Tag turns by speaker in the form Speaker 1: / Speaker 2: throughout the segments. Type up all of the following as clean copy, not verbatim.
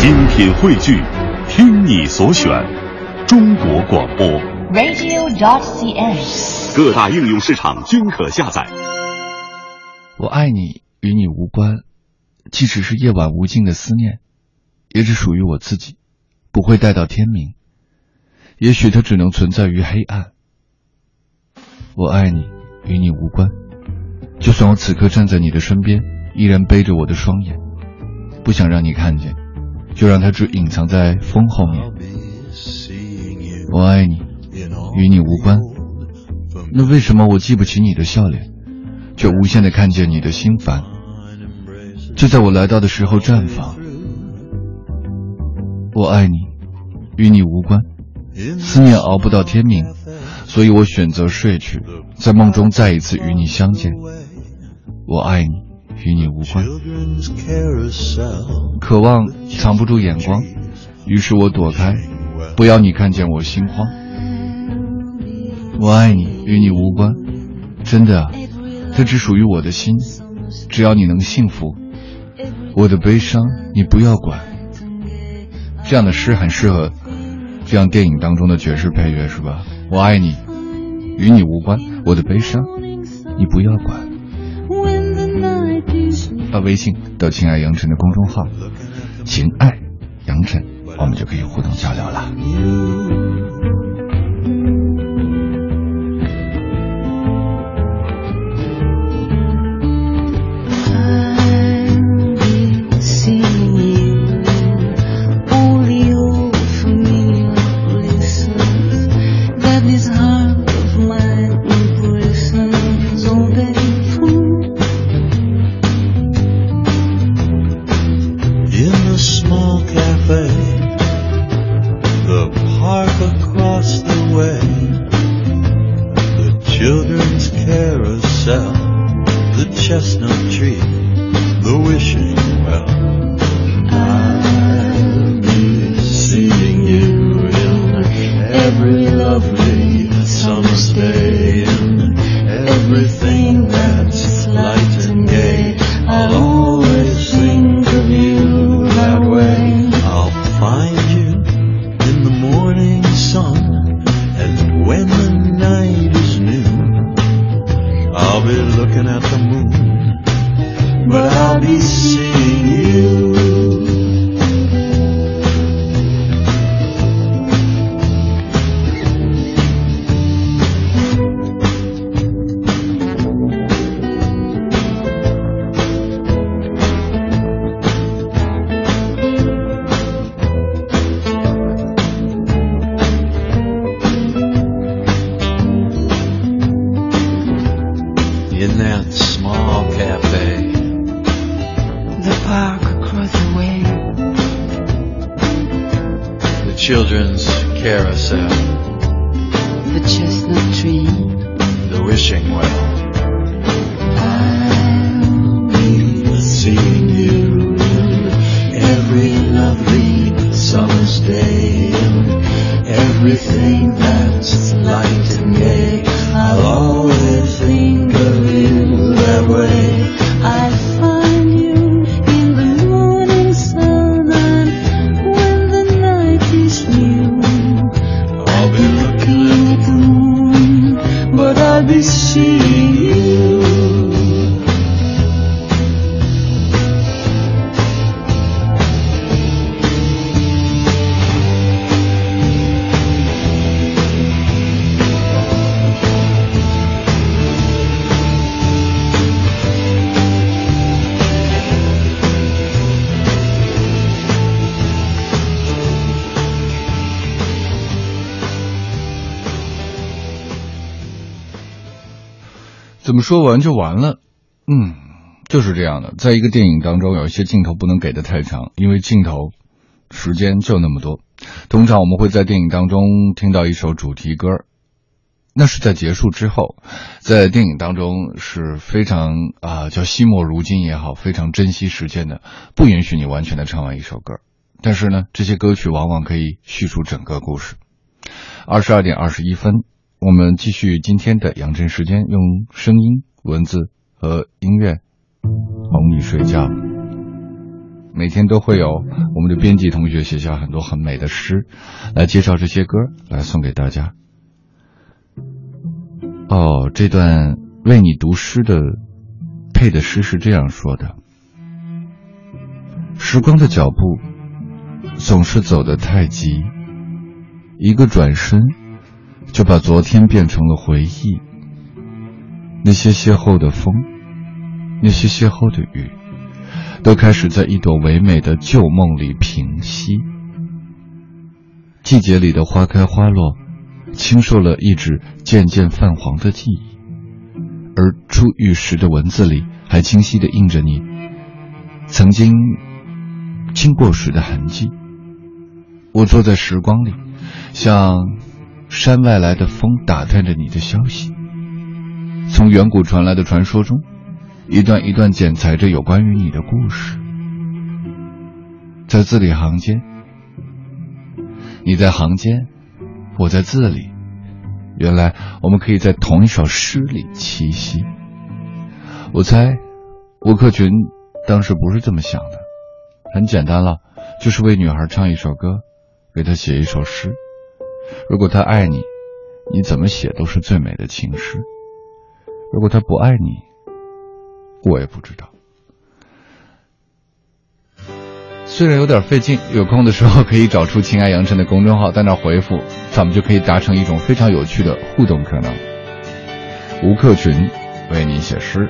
Speaker 1: 精品汇聚，听你所选，中国广播
Speaker 2: radio.cn，
Speaker 1: 各大应用市场均可下载。
Speaker 3: 我爱你，与你无关，即使是夜晚无尽的思念，也只属于我自己，不会待到天明。也许它只能存在于黑暗。我爱你，与你无关，就算我此刻站在你的身边，依然背着我的双眼，不想让你看见，就让它只隐藏在风后面。我爱你，与你无关，那为什么我记不起你的笑脸，却无限地看见你的心烦，就在我来到的时候绽放。我爱你，与你无关，思念熬不到天明，所以我选择睡去，在梦中再一次与你相见。我爱你，与你无关，渴望藏不住眼光，于是我躲开，不要你看见我心慌。我爱你，与你无关，真的啊，这只属于我的心，只要你能幸福，我的悲伤你不要管。这样的诗很适合这样电影当中的爵士配乐，是吧？我爱你，与你无关，我的悲伤你不要管。发微信到情爱杨晨的公众号情爱杨晨，我们就可以互动交流了。
Speaker 4: Children's carousel,
Speaker 2: the chestnut tree,
Speaker 4: the wishing well.
Speaker 2: I'll be
Speaker 4: Seeing you every lovely summer's day, everything that's light and gay. I'll always think of you that way.
Speaker 2: I find you in the morning sun, and when the night is new,
Speaker 4: I'll be
Speaker 2: looking at the moon, but I'll be seeing you.
Speaker 3: 怎么说完就完了？就是这样的。在一个电影当中，有一些镜头不能给得太长，因为镜头时间就那么多。通常我们会在电影当中听到一首主题歌，那是在结束之后，在电影当中是非常叫惜墨如金也好，非常珍惜时间的，不允许你完全的唱完一首歌。但是呢，这些歌曲往往可以叙述整个故事。22点21分，我们继续今天的杨晨时间，用声音、文字和音乐哄你睡觉。 每天都会有我们的编辑同学写下很多很美的诗，来介绍这些歌，来送给大家。这段为你读诗的配的诗是这样说的：时光的脚步总是走得太急，一个转身就把昨天变成了回忆。那些邂逅的风，那些邂逅的雨，都开始在一朵唯美的旧梦里平息。季节里的花开花落，倾受了一纸渐渐泛黄的记忆，而初遇时的文字里还清晰地印着你曾经经过时的痕迹。我坐在时光里，像山外来的风打探着你的消息，从远古传来的传说中，一段一段剪裁着有关于你的故事。在字里行间，你在行间，我在字里，原来我们可以在同一首诗里栖息。我猜吴克群当时不是这么想的，很简单了，就是为女孩唱一首歌，给她写一首诗。如果她爱你，你怎么写都是最美的情诗；如果她不爱你，我也不知道。虽然有点费劲，有空的时候可以找出情爱杨晨的公众号，在那儿回复，咱们就可以达成一种非常有趣的互动可能。吴克群为你写诗。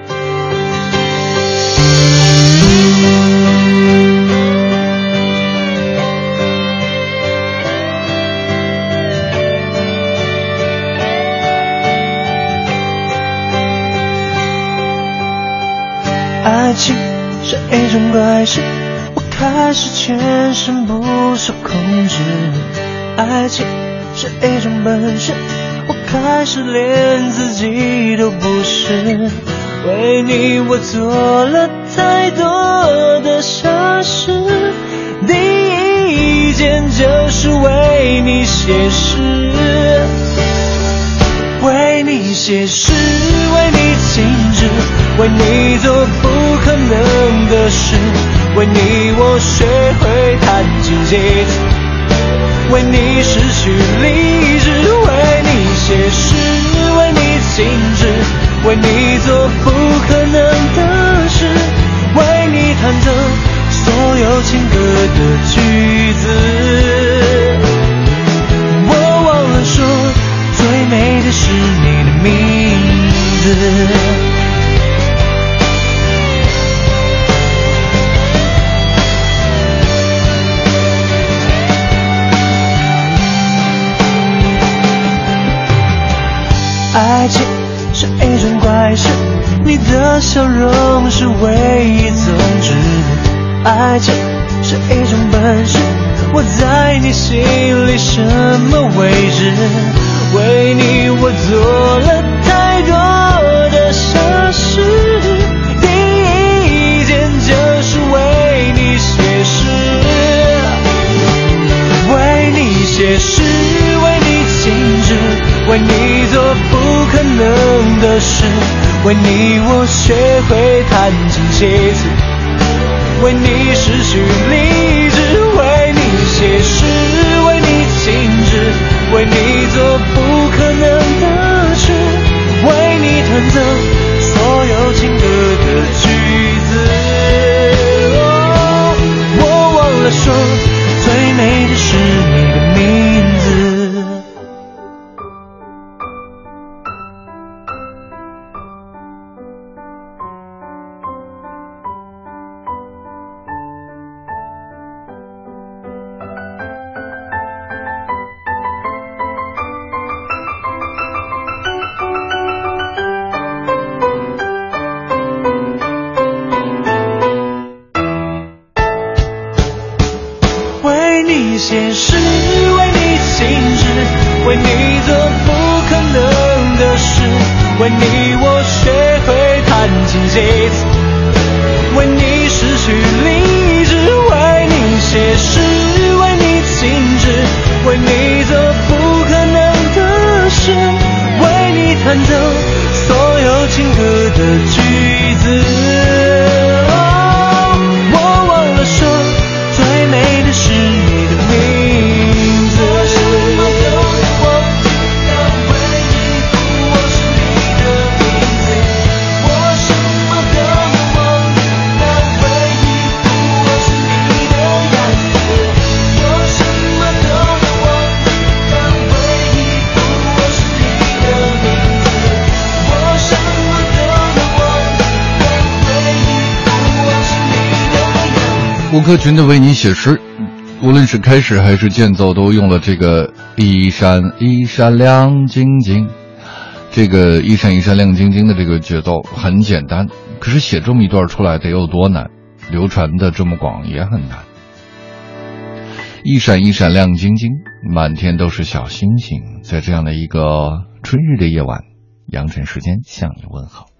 Speaker 5: 爱情是一种怪事，我开始全身不受控制。爱情是一种本事，我开始连自己都不是。为你我做了太多的傻事，第一件就是为你写诗。为你写诗，为你静止，为你做不可能的事，为你我学会弹琴写词，为你失去理智，为你写诗，为你静止，为你做不可能的事，为你弹奏所有情歌的句子。我忘了说，最美的是你的名字。爱情是一种怪事，你的笑容是唯一宗旨。爱情是一种本事，我在你心里什么位置？为你我做了太多的傻事，第一件就是为你写诗。为你写诗，为你静止，为你做不可能的事，为你我学会弹琴写词，为你失去理智，为你写诗，为你静止，为你做不可能的事，为你弹奏所有情歌的句子。我忘了说，最美的是你的名字。写诗，为你静止，为你做不可能的事，为你我学会弹琴写词，为你失去理智，为你写诗，为你静止，为你做不可能的事，为你弹奏所有情歌的句子。我忘了说，
Speaker 3: 吴克群的为你写诗，无论是开始还是间奏都用了这个一闪一闪亮晶晶，这个一闪一闪亮晶晶的这个节奏很简单，可是写这么一段出来得有多难，流传的这么广也很难。一闪一闪亮晶晶，满天都是小星星，在这样的一个春日的夜晚，羊城时间向你问好。